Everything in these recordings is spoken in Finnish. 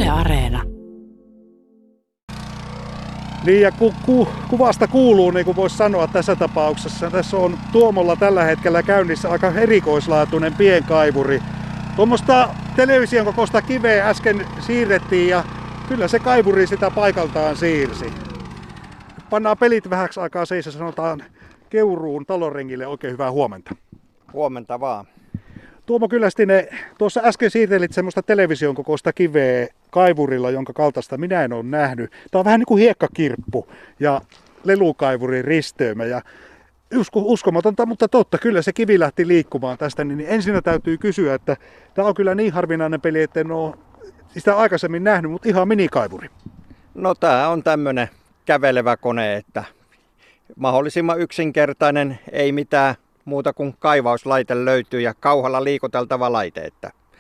Yle Areena. Niin ja kuvasta kuuluu, niin kuin voisi sanoa tässä tapauksessa, tässä on Tuomolla tällä hetkellä käynnissä aika erikoislaatuinen pienkaivuri. Tuommoista television kokoista kiveä äsken siirrettiin ja kyllä se kaivuri sitä paikaltaan siirsi. Pannaan pelit vähäksi aikaa seis ja sanotaan Keuruun talonrengille oikein hyvää huomenta. Huomenta vaan. Tuomo Kylästinen, tuossa äsken siirtelit semmoista television kokoista kiveä kaivurilla, jonka kaltaista minä en ole nähnyt. Tämä on vähän niin kuin hiekkakirppu ja lelukaivurin risteymä. Ja uskomatonta, mutta totta, kyllä se kivi lähti liikkumaan tästä. Niin ensinnä täytyy kysyä, että tämä on kyllä niin harvinainen peli, että en ole sitä aikaisemmin nähnyt, mutta ihan minikaivuri. No tämä on tämmöinen kävelevä kone, että mahdollisimman yksinkertainen, ei mitään muuta kuin kaivauslaite löytyy ja kauhalla liikuteltava laite.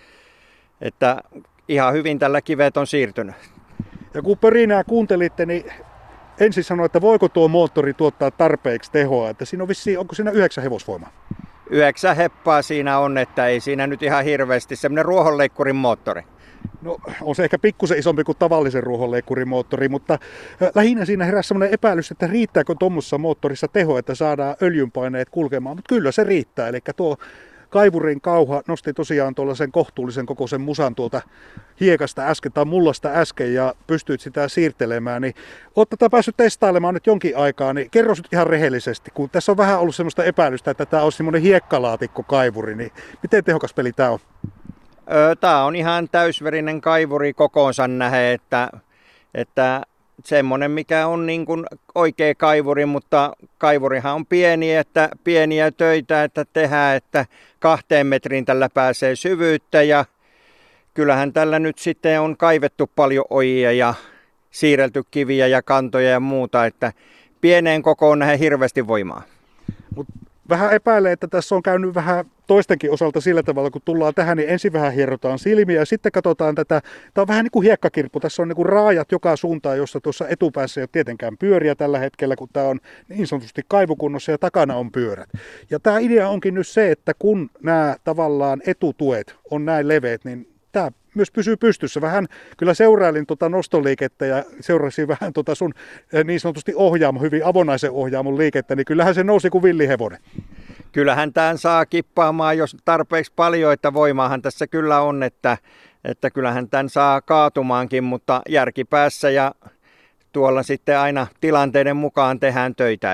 Että ihan hyvin tällä kivet on siirtynyt. Ja kun pörinää kuuntelitte, niin ensin sanoi, että voiko tuo moottori tuottaa tarpeeksi tehoa. Että siinä on vissiin, onko siinä 9 hevosvoimaa? 9 heppaa siinä on, että ei siinä nyt ihan hirveästi. Semmoinen ruohonleikkurin moottori. No on se ehkä pikkusen isompi kuin tavallisen ruohonleikkurin moottori, mutta lähinnä siinä heräsi semmoinen epäilys, että riittääkö tuommoisessa moottorissa teho, että saadaan öljynpaineet kulkemaan. Mutta kyllä se riittää, eli tuo kaivurin kauha nosti tosiaan tuollaisen kohtuullisen kokoisen musan tuolta hiekasta äsken tai mullasta äsken ja pystyit sitä siirtelemään. Niin oot tätä päässyt testailemaan nyt jonkin aikaa, niin kerro nyt ihan rehellisesti, kun tässä on vähän ollut semmoista epäilystä, että tämä on semmoinen hiekkalaatikko kaivuri, niin miten tehokas peli tämä on? Tämä on ihan täysverinen kaivuri kokoonsa nähe, että semmoinen mikä on niin kuin oikea kaivuri, mutta kaivurihan on pieniä töitä, että tehdään, että 2 metriin tällä pääsee syvyyttä ja kyllähän tällä nyt sitten on kaivettu paljon ojia ja siirrelty kiviä ja kantoja ja muuta, että pieneen kokoon nähdään hirveästi voimaa. Vähän epäilee, että tässä on käynyt vähän toistenkin osalta sillä tavalla, kun tullaan tähän, niin ensin vähän hierotaan silmiä ja sitten katsotaan tätä. Tämä on vähän niin kuin hiekkakirppu. Tässä on niin kuin raajat joka suuntaan, jossa tuossa etupäässä ei ole tietenkään pyöriä tällä hetkellä, kun tämä on niin sanotusti kaivukunnossa ja takana on pyörät. Ja tämä idea onkin nyt se, että kun nämä tavallaan etutuet on näin leveät, niin tämä myös pysyy pystyssä. Vähän kyllä seurailin tuota nostoliikettä ja seurasin vähän tuota sun niin sanotusti hyvin avonaisen ohjaamon liikettä, niin kyllähän se nousi kuin villihevonen. Kyllähän tämän saa kippaamaan, jos tarpeeksi paljon, että voimaahan tässä kyllä on, että kyllähän tämän saa kaatumaankin, mutta järkipäässä ja tuolla sitten aina tilanteiden mukaan tehdään töitä,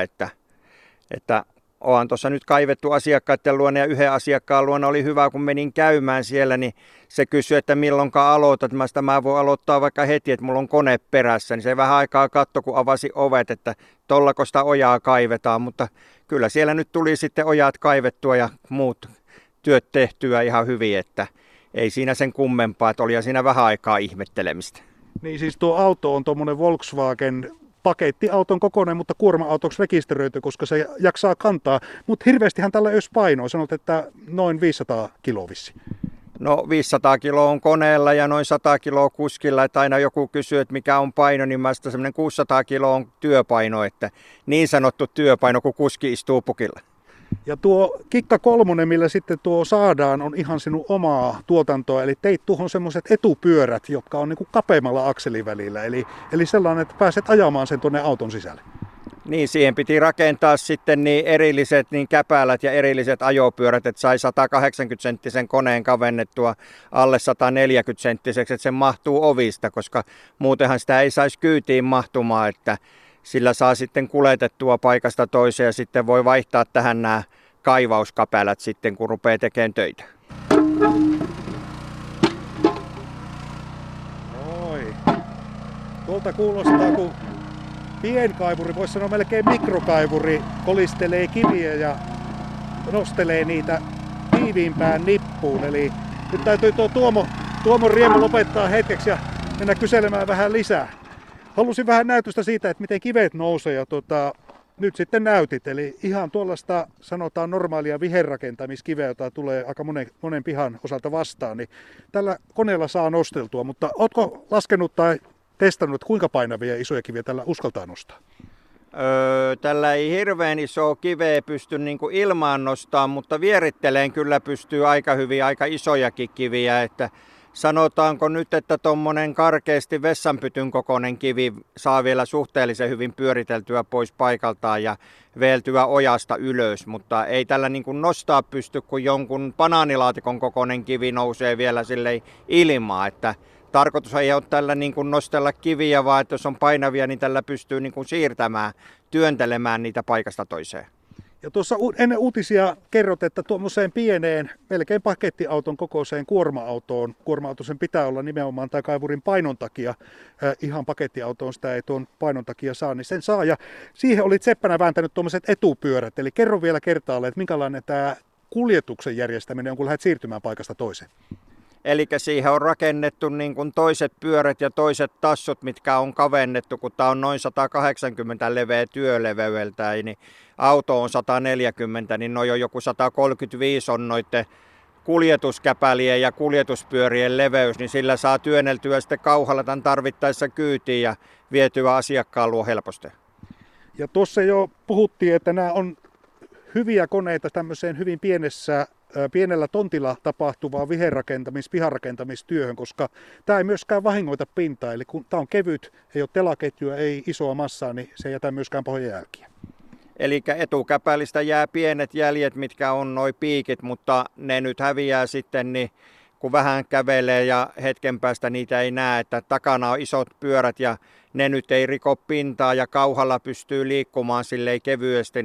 että olen tuossa nyt kaivettu asiakkaiden luona ja yhden asiakkaan luona oli hyvä, kun menin käymään siellä, niin se kysyi, että milloinkaan aloitat. Mä voin aloittaa vaikka heti, että mulla on kone perässä, niin se vähän aikaa katsoi, kun avasi ovet, että tollako sitä ojaa kaivetaan, mutta kyllä siellä nyt tuli sitten ojat kaivettua ja muut työt tehtyä ihan hyvin, että ei siinä sen kummempaa, että oli siinä vähän aikaa ihmettelemistä. Niin siis tuo auto on tuommoinen Volkswagen pakettiauton kokoinen, mutta kuorma-autoksi rekisteröity, koska se jaksaa kantaa. Mutta hirveästihän tällä ei olisi painoa. Sanot, että noin 500 kiloa vissi. No 500 kiloa on koneella ja noin 100 kiloa kuskilla. Että aina joku kysyy, että mikä on paino, niin mä semmoinen 600 kiloa on työpaino. Että niin sanottu työpaino, kun kuski istuu pukilla. Ja tuo Kikka 3, millä sitten tuo saadaan, on ihan sinun omaa tuotantoa. Eli teit tuohon semmoiset etupyörät, jotka on niin kuin kapeammalla akselivälillä. Eli sellainen, että pääset ajamaan sen tuonne auton sisälle. Niin, siihen piti rakentaa sitten niin erilliset niin käpälät ja erilliset ajopyörät, että sai 180-senttisen koneen kavennettua alle 140-senttiseksi, että se mahtuu ovista, koska muutenhan sitä ei saisi kyytiin mahtumaan, että sillä saa sitten kuljetettua paikasta toiseen ja sitten voi vaihtaa tähän nämä kaivauskapälät sitten, kun rupeaa tekemään töitä. Oi. Tuolta kuulostaa, kun pienkaivuri, voisi sanoa melkein mikrokaivuri, kolistelee kiviä ja nostelee niitä tiiviimpään nippuun. Eli nyt täytyy tuo Tuomon riemu lopettaa hetkeksi ja mennä kyselemään vähän lisää. Halusin vähän näytöstä siitä, että miten kivet nousee ja nyt sitten näytit. Eli ihan tuollaista sanotaan normaalia viherrakentamiskiveä, jota tulee aika monen pihan osalta vastaan, niin tällä koneella saa nosteltua. Mutta ootko laskenut tai testannut, kuinka painavia isoja kiviä tällä uskaltaa nostaa? Tällä ei hirveän isoa kiveä pysty niin kuin ilmaan nostaa, mutta vieritteleen kyllä pystyy aika hyvin aika isojakin kiviä, että sanotaanko nyt, että tuommoinen karkeasti vessanpytyn kokoinen kivi saa vielä suhteellisen hyvin pyöriteltyä pois paikaltaan ja veeltyä ojasta ylös, mutta ei tällä niin kuin nostaa pysty, kun jonkun banaanilaatikon kokoinen kivi nousee vielä silleen ilmaa, että tarkoitus ei ole tällä niin kuin nostella kiviä, vaan että jos on painavia, niin tällä pystyy niin kuin siirtämään, työntelemään niitä paikasta toiseen. Ja tuossa ennen uutisia kerrot, että tuommoiseen pieneen, melkein pakettiauton kokoiseen kuorma-auto sen pitää olla nimenomaan tai kaivurin painon takia, ihan pakettiautoon sitä ei tuon painon takia saa, niin sen saa. Ja siihen olit seppänä vääntänyt tuommoiset etupyörät, eli kerro vielä kertaalleen, että minkälainen tämä kuljetuksen järjestäminen on, kun lähdet siirtymään paikasta toiseen. Eli siihen on rakennettu niin kuin toiset pyörät ja toiset tassut, mitkä on kavennettu, kun tämä on noin 180 leveä työleveydeltään, niin auto on 140, niin noin on joku 135 on noiden kuljetuskäpälien ja kuljetuspyörien leveys, niin sillä saa työnneltyä sitten kauhalla tämän tarvittaessa kyytiin ja vietyä asiakkaan luo helposti. Ja tuossa jo puhuttiin, että nämä on hyviä koneita tämmöiseen hyvin pienellä tontilla tapahtuvaa piharakentamistyöhön, koska tämä ei myöskään vahingoita pintaa. Eli kun tämä on kevyt, ei ole telaketjua, ei isoa massaa, niin se ei jätä myöskään pahoja jälkiä. Eli etukäpälistä jää pienet jäljet, mitkä on noi piikit, mutta ne nyt häviää sitten, niin kun vähän kävelee ja hetken päästä niitä ei näe, että takana on isot pyörät ja ne nyt ei riko pintaa ja kauhalla pystyy liikkumaan silleen kevyesti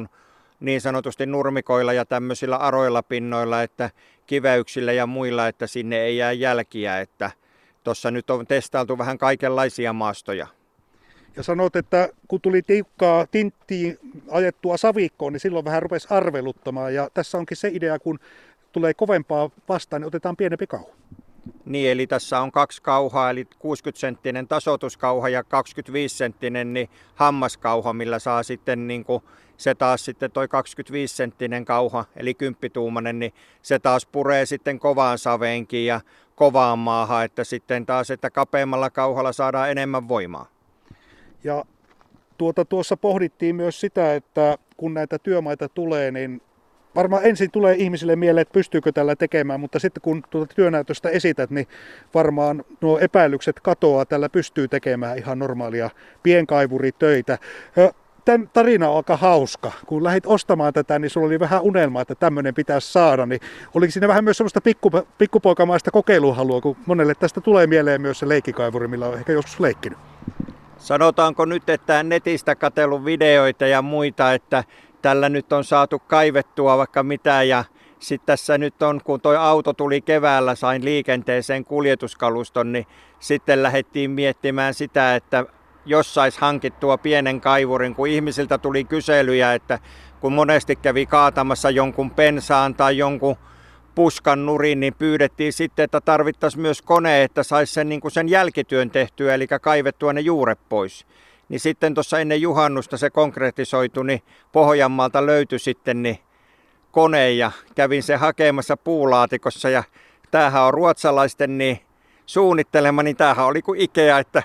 niin sanotusti nurmikoilla ja tämmöisillä aroilla pinnoilla, että kiveyksillä ja muilla, että sinne ei jää jälkiä, että tuossa nyt on testailtu vähän kaikenlaisia maastoja. Ja sanot, että kun tuli tiukkaa tinttiin ajettua savikkoon, niin silloin vähän rupesi arveluttamaan. Ja tässä onkin se idea, kun tulee kovempaa vastaan, niin otetaan pienempi kauha. Niin, eli tässä on 2 kauhaa, eli 60-senttinen tasoituskauha ja 25-senttinen niin hammaskauha, millä saa sitten niin kuin se taas sitten toi 25-senttinen kauha, eli 10-tuumainen, niin se taas puree sitten kovaan saveenkin ja kovaan maahan, että sitten taas, että kapeammalla kauhalla saadaan enemmän voimaa. Ja tuossa pohdittiin myös sitä, että kun näitä työmaita tulee, niin varmaan ensin tulee ihmisille mieleen, että pystyykö tällä tekemään, mutta sitten kun tuota työnäytöstä esität, niin varmaan nuo epäilykset katoaa, tällä pystyy tekemään ihan normaalia pienkaivuritöitä. Tämän tarina on aika hauska. Kun lähdit ostamaan tätä, niin sulla oli vähän unelma, että tämmöinen pitäisi saada. Niin oliko siinä vähän myös semmoista pikkupoikamaista kokeiluhalua, kun monelle tästä tulee mieleen myös se leikkikaivuri, millä on ehkä joskus leikkinyt? Sanotaanko nyt, että netistä katsellut videoita ja muita, että tällä nyt on saatu kaivettua vaikka mitä ja sitten tässä nyt on, kun tuo auto tuli keväällä, sain liikenteeseen kuljetuskaluston, niin sitten lähdettiin miettimään sitä, että jos saisi hankittua pienen kaivurin, kun ihmisiltä tuli kyselyjä, että kun monesti kävi kaatamassa jonkun pensaan tai jonkun puskan nurin, niin pyydettiin sitten, että tarvittaisiin myös kone, että saisi sen jälkityön tehtyä, eli kaivettua ne juuret pois. Niin sitten tuossa ennen juhannusta se konkretisoitu, niin Pohjanmaalta löytyi sitten niin kone ja kävin se hakemassa puulaatikossa ja tämähän on ruotsalaisten niin suunnittelema, niin tämähän oli kuin Ikea, että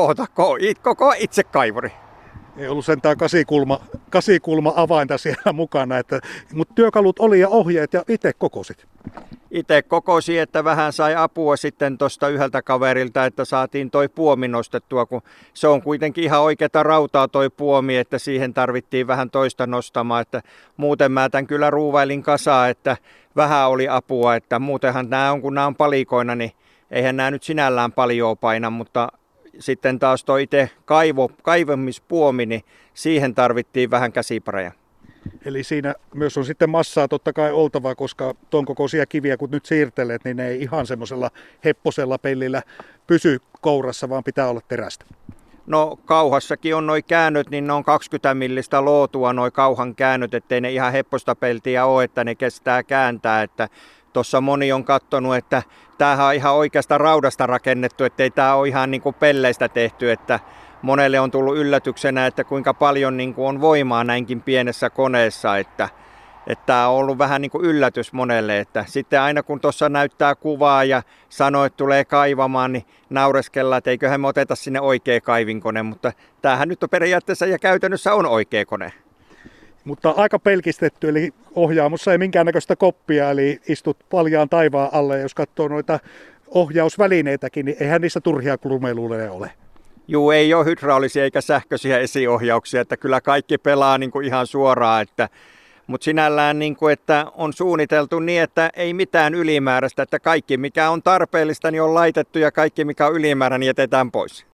koko itse kaivuri. Ei ollut sentään kasikulma avainta siellä mukana, mutta työkalut oli ja ohjeet ja itse kokosit. Itse kokosin, että vähän sai apua sitten tuosta yhdeltä kaverilta, että saatiin toi puomi nostettua, kun se on kuitenkin ihan oikeata rautaa toi puomi, että siihen tarvittiin vähän toista nostamaan, että muuten mä tämän kyllä ruuvailin kasaan, että vähän oli apua, että muutenhan nämä on, kun nämä on palikoina, niin eihän nämä nyt sinällään paljon paina, mutta sitten taas tuo itse kaivamispuomi, niin siihen tarvittiin vähän käsipareja. Eli siinä myös on sitten massaa totta kai oltava, koska ton kokoisia kiviä kun nyt siirtelet, niin ne ei ihan semmoisella hepposella pellillä pysy kourassa, vaan pitää olla terästä. No kauhassakin on noi käännöt, niin ne on 20 millistä lootua noi kauhan käännöt, ettei ne ihan hepposta peltiä ole, että ne kestää kääntää, että tuossa moni on katsonut, että tämähän on ihan oikeasta raudasta rakennettu, ettei tämä ole ihan niin kuin pelleistä tehty, että monelle on tullut yllätyksenä, että kuinka paljon niin kuin on voimaa näinkin pienessä koneessa, että tämä on ollut vähän niin kuin yllätys monelle, että sitten aina kun tuossa näyttää kuvaa ja sanoo, että tulee kaivamaan, niin naureskellaan, että eiköhän me oteta sinne oikea kaivinkone, mutta tämähän nyt on periaatteessa ja käytännössä on oikea kone. Mutta aika pelkistetty, eli ohjaamossa ei minkäännäköistä koppia, eli istut paljaan taivaan alle, jos katsoo noita ohjausvälineitäkin, niin eihän niissä turhia krumeluuleja ole. Juu, ei ole hydraulisia eikä sähköisiä esiohjauksia, että kyllä kaikki pelaa niin kuin ihan suoraan, mutta sinällään, niin kuin, että on suunniteltu niin, että ei mitään ylimääräistä, että kaikki mikä on tarpeellista niin on laitettu ja kaikki mikä on ylimääräinen jätetään pois.